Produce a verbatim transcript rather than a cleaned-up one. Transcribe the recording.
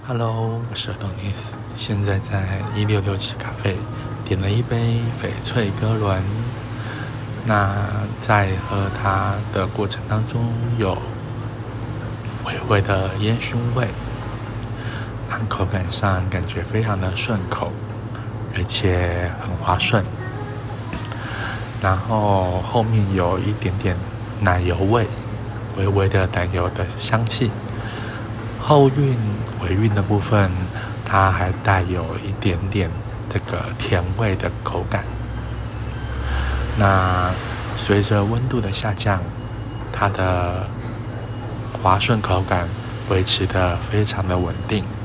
Hello，我是 Adonis， 现在在一六六七咖啡点了一杯翡翠哥伦。那在喝它的过程当中，有微微的烟熏味，但口感上感觉非常的顺口，而且很滑顺。然后后面有一点点奶油味，微微的奶油的香气。后韵尾韵的部分，它还带有一点点这个甜味的口感。那随着温度的下降，它的滑顺口感维持得非常的稳定。